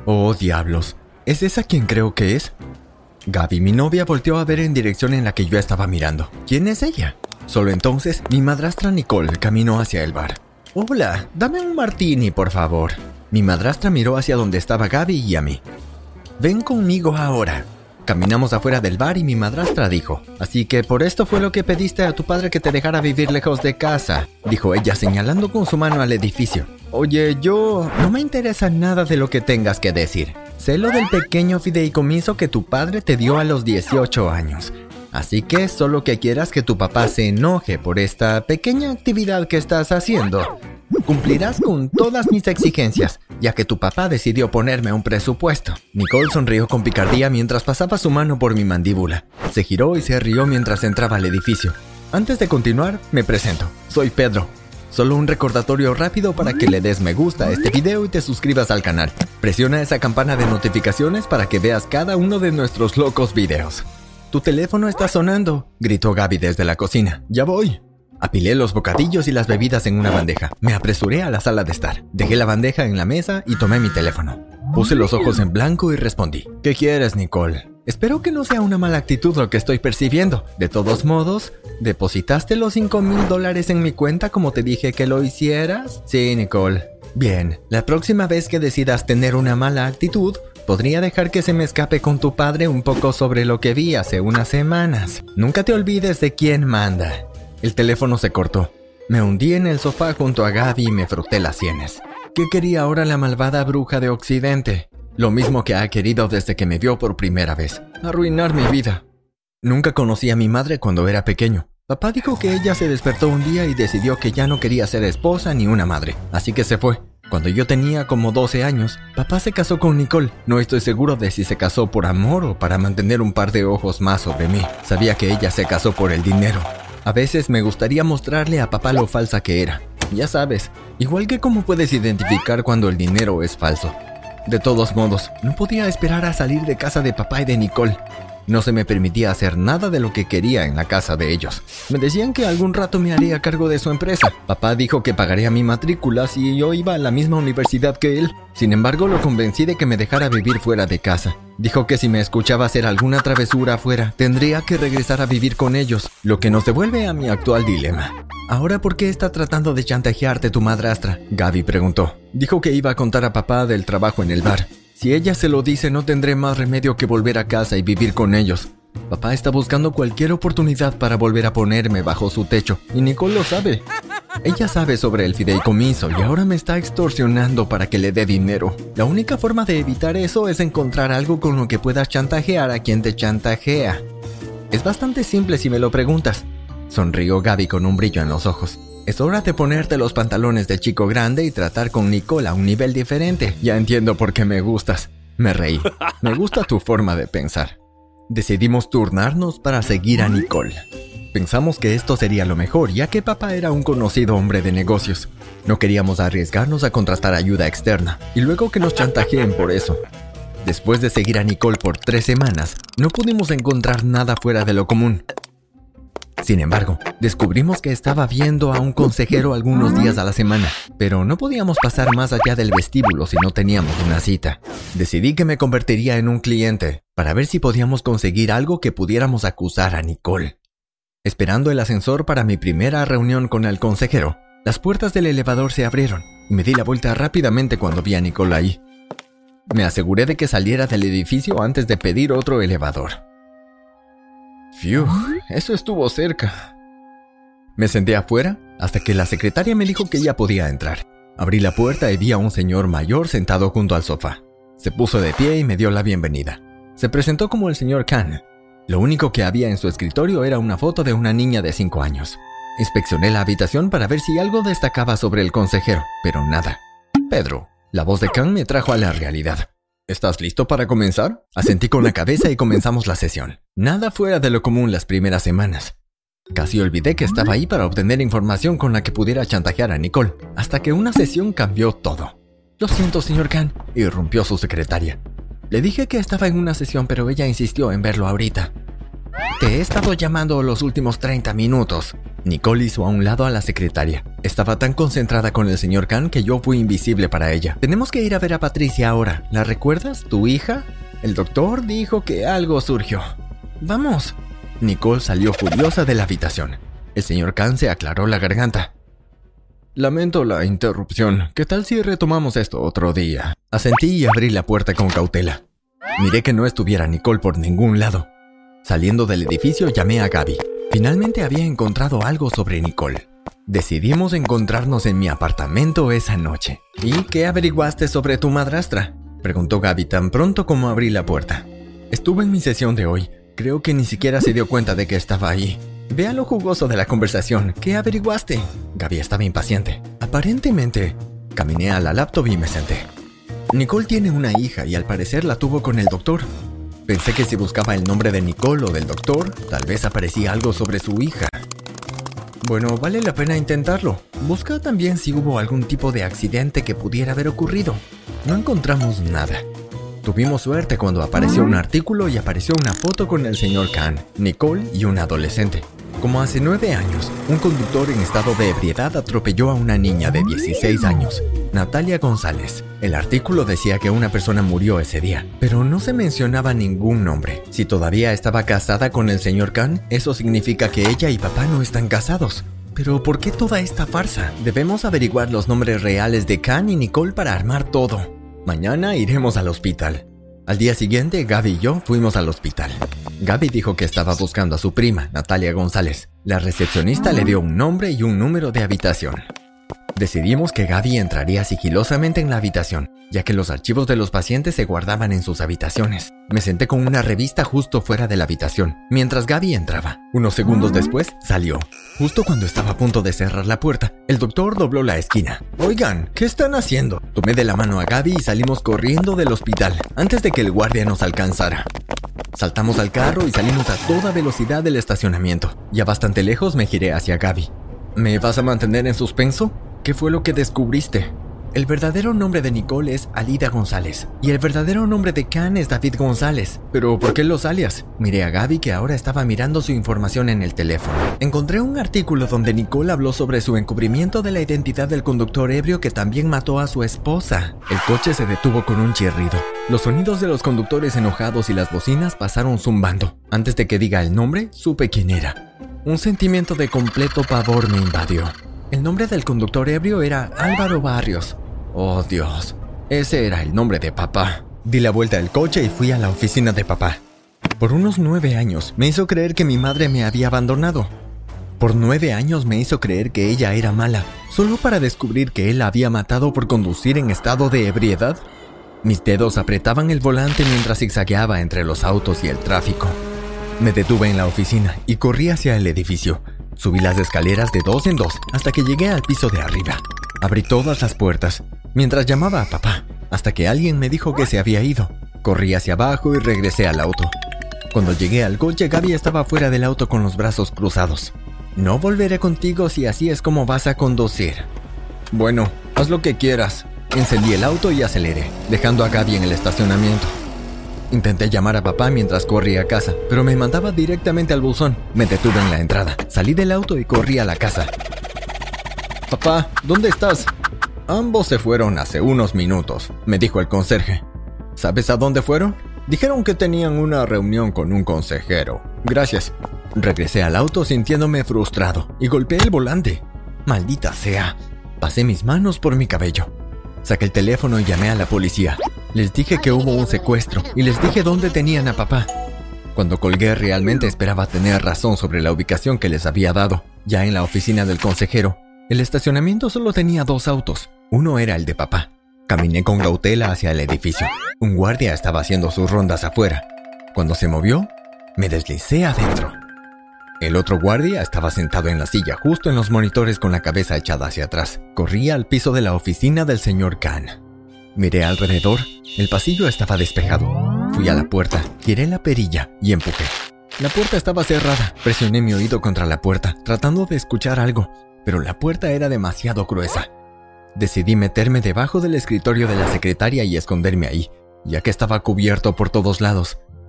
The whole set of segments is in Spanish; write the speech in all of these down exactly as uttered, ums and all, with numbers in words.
Oh, diablos. ¿Es esa quien creo que es? Gaby, mi novia, volteó a ver en dirección en la que yo estaba mirando. ¿Quién es ella? Solo entonces, mi madrastra Nicole caminó hacia el bar. Hola, dame un martini, por favor. Mi madrastra miró hacia donde estaba Gaby y a mí. Ven conmigo ahora. Caminamos afuera del bar y mi madrastra dijo, así que por esto fue lo que pediste a tu padre que te dejara vivir lejos de casa, dijo ella señalando con su mano al edificio. Oye, yo... no me interesa nada de lo que tengas que decir. Sé lo del pequeño fideicomiso que tu padre te dio a los dieciocho años. Así que solo que quieras que tu papá se enoje por esta pequeña actividad que estás haciendo. Cumplirás con todas mis exigencias, ya que tu papá decidió ponerme un presupuesto. Nicole sonrió con picardía mientras pasaba su mano por mi mandíbula. Se giró y se rió mientras entraba al edificio. Antes de continuar, me presento. Soy Pedro. Solo un recordatorio rápido para que le des me gusta a este video y te suscribas al canal. Presiona esa campana de notificaciones para que veas cada uno de nuestros locos videos. Tu teléfono está sonando, gritó Gaby desde la cocina. Ya voy. Apilé los bocadillos y las bebidas en una bandeja. Me apresuré a la sala de estar. Dejé la bandeja en la mesa y tomé mi teléfono. Puse los ojos en blanco y respondí. ¿Qué quieres, Nicole? Espero que no sea una mala actitud lo que estoy percibiendo. De todos modos, ¿depositaste los cinco mil dólares en mi cuenta como te dije que lo hicieras? Sí, Nicole. Bien, la próxima vez que decidas tener una mala actitud, podría dejar que se me escape con tu padre un poco sobre lo que vi hace unas semanas. Nunca te olvides de quién manda. El teléfono se cortó. Me hundí en el sofá junto a Gaby y me froté las sienes. ¿Qué quería ahora la malvada bruja de Occidente? Lo mismo que ha querido desde que me vio por primera vez. Arruinar mi vida. Nunca conocí a mi madre cuando era pequeño. Papá dijo que ella se despertó un día y decidió que ya no quería ser esposa ni una madre. Así que se fue. Cuando yo tenía como doce años, papá se casó con Nicole. No estoy seguro de si se casó por amor o para mantener un par de ojos más sobre mí. Sabía que ella se casó por el dinero. A veces me gustaría mostrarle a papá lo falsa que era. Ya sabes, igual que cómo puedes identificar cuando el dinero es falso. De todos modos, no podía esperar a salir de casa de papá y de Nicole. No se me permitía hacer nada de lo que quería en la casa de ellos. Me decían que algún rato me haría cargo de su empresa. Papá dijo que pagaría mi matrícula si yo iba a la misma universidad que él. Sin embargo, lo convencí de que me dejara vivir fuera de casa. Dijo que si me escuchaba hacer alguna travesura afuera, tendría que regresar a vivir con ellos, lo que nos devuelve a mi actual dilema. ¿Ahora por qué está tratando de chantajearte tu madrastra?, Gaby preguntó. Dijo que iba a contar a papá del trabajo en el bar. Si ella se lo dice, no tendré más remedio que volver a casa y vivir con ellos. Papá está buscando cualquier oportunidad para volver a ponerme bajo su techo, y Nicole lo sabe. Ella sabe sobre el fideicomiso y ahora me está extorsionando para que le dé dinero. La única forma de evitar eso es encontrar algo con lo que puedas chantajear a quien te chantajea. Es bastante simple si me lo preguntas. Sonrió Gaby con un brillo en los ojos. Es hora de ponerte los pantalones de chico grande y tratar con Nicole a un nivel diferente. Ya entiendo por qué me gustas. Me reí. Me gusta tu forma de pensar. Decidimos turnarnos para seguir a Nicole. Pensamos que esto sería lo mejor, ya que papá era un conocido hombre de negocios. No queríamos arriesgarnos a contratar ayuda externa, y luego que nos chantajeen por eso. Después de seguir a Nicole por tres semanas, no pudimos encontrar nada fuera de lo común. Sin embargo, descubrimos que estaba viendo a un consejero algunos días a la semana, pero no podíamos pasar más allá del vestíbulo si no teníamos una cita. Decidí que me convertiría en un cliente, para ver si podíamos conseguir algo que pudiéramos acusar a Nicole. Esperando el ascensor para mi primera reunión con el consejero, las puertas del elevador se abrieron y me di la vuelta rápidamente cuando vi a Nicole ahí. Me aseguré de que saliera del edificio antes de pedir otro elevador. Fiu, eso estuvo cerca. Me senté afuera hasta que la secretaria me dijo que ya podía entrar. Abrí la puerta y vi a un señor mayor sentado junto al sofá. Se puso de pie y me dio la bienvenida. Se presentó como el señor Khan. Lo único que había en su escritorio era una foto de una niña de cinco años. Inspeccioné la habitación para ver si algo destacaba sobre el consejero, pero nada. Pedro, la voz de Khan me trajo a la realidad. ¿Estás listo para comenzar? Asentí con la cabeza y comenzamos la sesión. Nada fuera de lo común las primeras semanas. Casi olvidé que estaba ahí para obtener información con la que pudiera chantajear a Nicole, hasta que una sesión cambió todo. Lo siento, señor Khan, irrumpió su secretaria. Le dije que estaba en una sesión, pero ella insistió en verlo ahorita. Te he estado llamando los últimos treinta minutos. Nicole hizo a un lado a la secretaria. Estaba tan concentrada con el señor Khan que yo fui invisible para ella. Tenemos que ir a ver a Patricia ahora. ¿La recuerdas? ¿Tu hija? El doctor dijo que algo surgió. ¡Vamos! Nicole salió furiosa de la habitación. El señor Khan se aclaró la garganta. Lamento la interrupción. ¿Qué tal si retomamos esto otro día? Asentí y abrí la puerta con cautela. Miré que no estuviera Nicole por ningún lado. Saliendo del edificio llamé a Gaby. Finalmente había encontrado algo sobre Nicole. Decidimos encontrarnos en mi apartamento esa noche. ¿Y qué averiguaste sobre tu madrastra?, preguntó Gaby tan pronto como abrí la puerta. Estuve en mi sesión de hoy. Creo que ni siquiera se dio cuenta de que estaba ahí. Vea lo jugoso de la conversación. ¿Qué averiguaste? Gaby estaba impaciente. Aparentemente, caminé a la laptop y me senté. Nicole tiene una hija y al parecer la tuvo con el doctor. Pensé que si buscaba el nombre de Nicole o del doctor, tal vez aparecía algo sobre su hija. Bueno, vale la pena intentarlo. Busca también si hubo algún tipo de accidente que pudiera haber ocurrido. No encontramos nada. Tuvimos suerte cuando apareció un artículo y apareció una foto con el señor Khan, Nicole y un adolescente. Como hace nueve años, un conductor en estado de ebriedad atropelló a una niña de dieciséis años, Natalia González. El artículo decía que una persona murió ese día, pero no se mencionaba ningún nombre. Si todavía estaba casada con el señor Khan, eso significa que ella y papá no están casados. Pero ¿por qué toda esta farsa? Debemos averiguar los nombres reales de Khan y Nicole para armar todo. Mañana iremos al hospital. Al día siguiente, Gaby y yo fuimos al hospital. Gaby dijo que estaba buscando a su prima, Natalia González. La recepcionista le dio un nombre y un número de habitación. Decidimos que Gaby entraría sigilosamente en la habitación, ya que los archivos de los pacientes se guardaban en sus habitaciones. Me senté con una revista justo fuera de la habitación, mientras Gaby entraba. Unos segundos después, salió. Justo cuando estaba a punto de cerrar la puerta, el doctor dobló la esquina. Oigan, ¿qué están haciendo? Tomé de la mano a Gaby y salimos corriendo del hospital, antes de que el guardia nos alcanzara. Saltamos al carro y salimos a toda velocidad del estacionamiento. Ya bastante lejos me giré hacia Gaby. ¿Me vas a mantener en suspenso? ¿Qué fue lo que descubriste? El verdadero nombre de Nicole es Alida González y el verdadero nombre de Khan es David González. ¿Pero por qué los alias? Miré a Gaby, que ahora estaba mirando su información en el teléfono. Encontré un artículo donde Nicole habló sobre su encubrimiento de la identidad del conductor ebrio que también mató a su esposa. El coche se detuvo con un chirrido. Los sonidos de los conductores enojados y las bocinas pasaron zumbando. Antes de que diga el nombre, supe quién era. Un sentimiento de completo pavor me invadió. El nombre del conductor ebrio era Álvaro Barrios. Oh, Dios. Ese era el nombre de papá. Di la vuelta al coche y fui a la oficina de papá. Por unos nueve años me hizo creer que mi madre me había abandonado. Por nueve años me hizo creer que ella era mala, solo para descubrir que él la había matado por conducir en estado de ebriedad. Mis dedos apretaban el volante mientras zigzagueaba entre los autos y el tráfico. Me detuve en la oficina y corrí hacia el edificio. Subí las escaleras de dos en dos hasta que llegué al piso de arriba. Abrí todas las puertas, mientras llamaba a papá, hasta que alguien me dijo que se había ido. Corrí hacia abajo y regresé al auto. Cuando llegué al coche, Gaby estaba fuera del auto con los brazos cruzados. No volveré contigo si así es como vas a conducir. Bueno, haz lo que quieras. Encendí el auto y aceleré, dejando a Gaby en el estacionamiento. Intenté llamar a papá mientras corría a casa, pero me mandaba directamente al buzón. Me detuve en la entrada, salí del auto y corrí a la casa. Papá, ¿dónde estás? Ambos se fueron hace unos minutos, me dijo el conserje. ¿Sabes a dónde fueron? Dijeron que tenían una reunión con un consejero. Gracias. Regresé al auto sintiéndome frustrado y golpeé el volante. Maldita sea. Pasé mis manos por mi cabello. Saqué el teléfono y llamé a la policía. Les dije que hubo un secuestro y les dije dónde tenían a papá. Cuando colgué realmente esperaba tener razón sobre la ubicación que les había dado. Ya en la oficina del consejero, el estacionamiento solo tenía dos autos. Uno era el de papá. Caminé con cautela hacia el edificio. Un guardia estaba haciendo sus rondas afuera. Cuando se movió, me deslicé adentro. El otro guardia estaba sentado en la silla justo en los monitores con la cabeza echada hacia atrás. Corrí al piso de la oficina del señor Khan. Miré alrededor. El pasillo estaba despejado. Fui a la puerta, giré la perilla y empujé. La puerta estaba cerrada. Presioné mi oído contra la puerta, tratando de escuchar algo, pero la puerta era demasiado gruesa. Decidí meterme debajo del escritorio de la secretaria y esconderme ahí, ya que estaba cubierto por todos lados.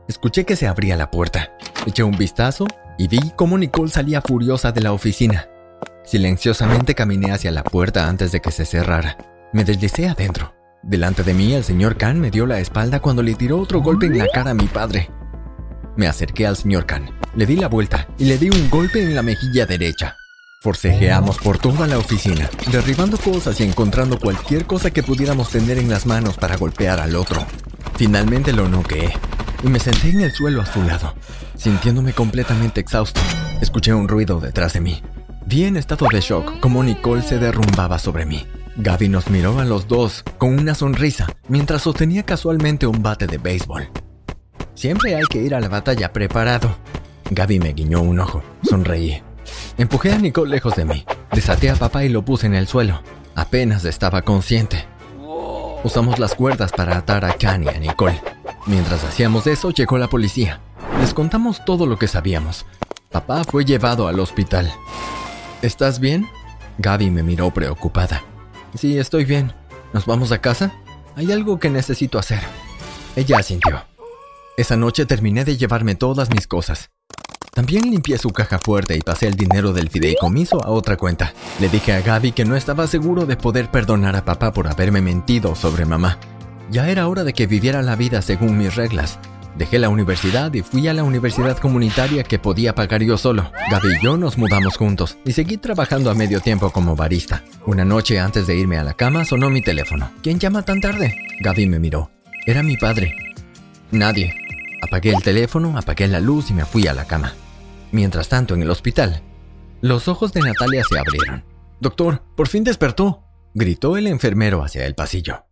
Escuché que se abría la puerta. Eché un vistazo y vi cómo Nicole salía furiosa de la oficina. Silenciosamente caminé hacia la puerta antes de que se cerrara. Me deslicé adentro. Delante de mí, el señor Khan me dio la espalda cuando le tiró otro golpe en la cara a mi padre. Me acerqué al señor Khan, le di la vuelta y le di un golpe en la mejilla derecha. Forcejeamos por toda la oficina, derribando cosas y encontrando cualquier cosa que pudiéramos tener en las manos para golpear al otro. Finalmente lo noqueé y me senté en el suelo a su lado, sintiéndome completamente exhausto. Escuché un ruido detrás de mí. Vi en estado de shock cómo Nicole se derrumbaba sobre mí. Gaby nos miró a los dos con una sonrisa mientras sostenía casualmente un bate de béisbol. Siempre hay que ir a la batalla preparado. Gaby me guiñó un ojo. Sonreí. Empujé a Nicole lejos de mí. Desaté a papá y lo puse en el suelo. Apenas estaba consciente. Usamos las cuerdas para atar a Khan y a Nicole. Mientras hacíamos eso, llegó la policía. Les contamos todo lo que sabíamos. Papá fue llevado al hospital. ¿Estás bien? Gaby me miró preocupada. Sí, estoy bien. ¿Nos vamos a casa? Hay algo que necesito hacer. Ella asintió. Esa noche terminé de llevarme todas mis cosas. También limpié su caja fuerte y pasé el dinero del fideicomiso a otra cuenta. Le dije a Gaby que no estaba seguro de poder perdonar a papá por haberme mentido sobre mamá. Ya era hora de que viviera la vida según mis reglas. Dejé la universidad y fui a la universidad comunitaria que podía pagar yo solo. Gaby y yo nos mudamos juntos y seguí trabajando a medio tiempo como barista. Una noche antes de irme a la cama sonó mi teléfono. ¿Quién llama tan tarde? Gaby me miró. Era mi padre. Nadie. Apagué el teléfono, apagué la luz y me fui a la cama. Mientras tanto, en el hospital, los ojos de Natalia se abrieron. «Doctor, por fin despertó», gritó el enfermero hacia el pasillo.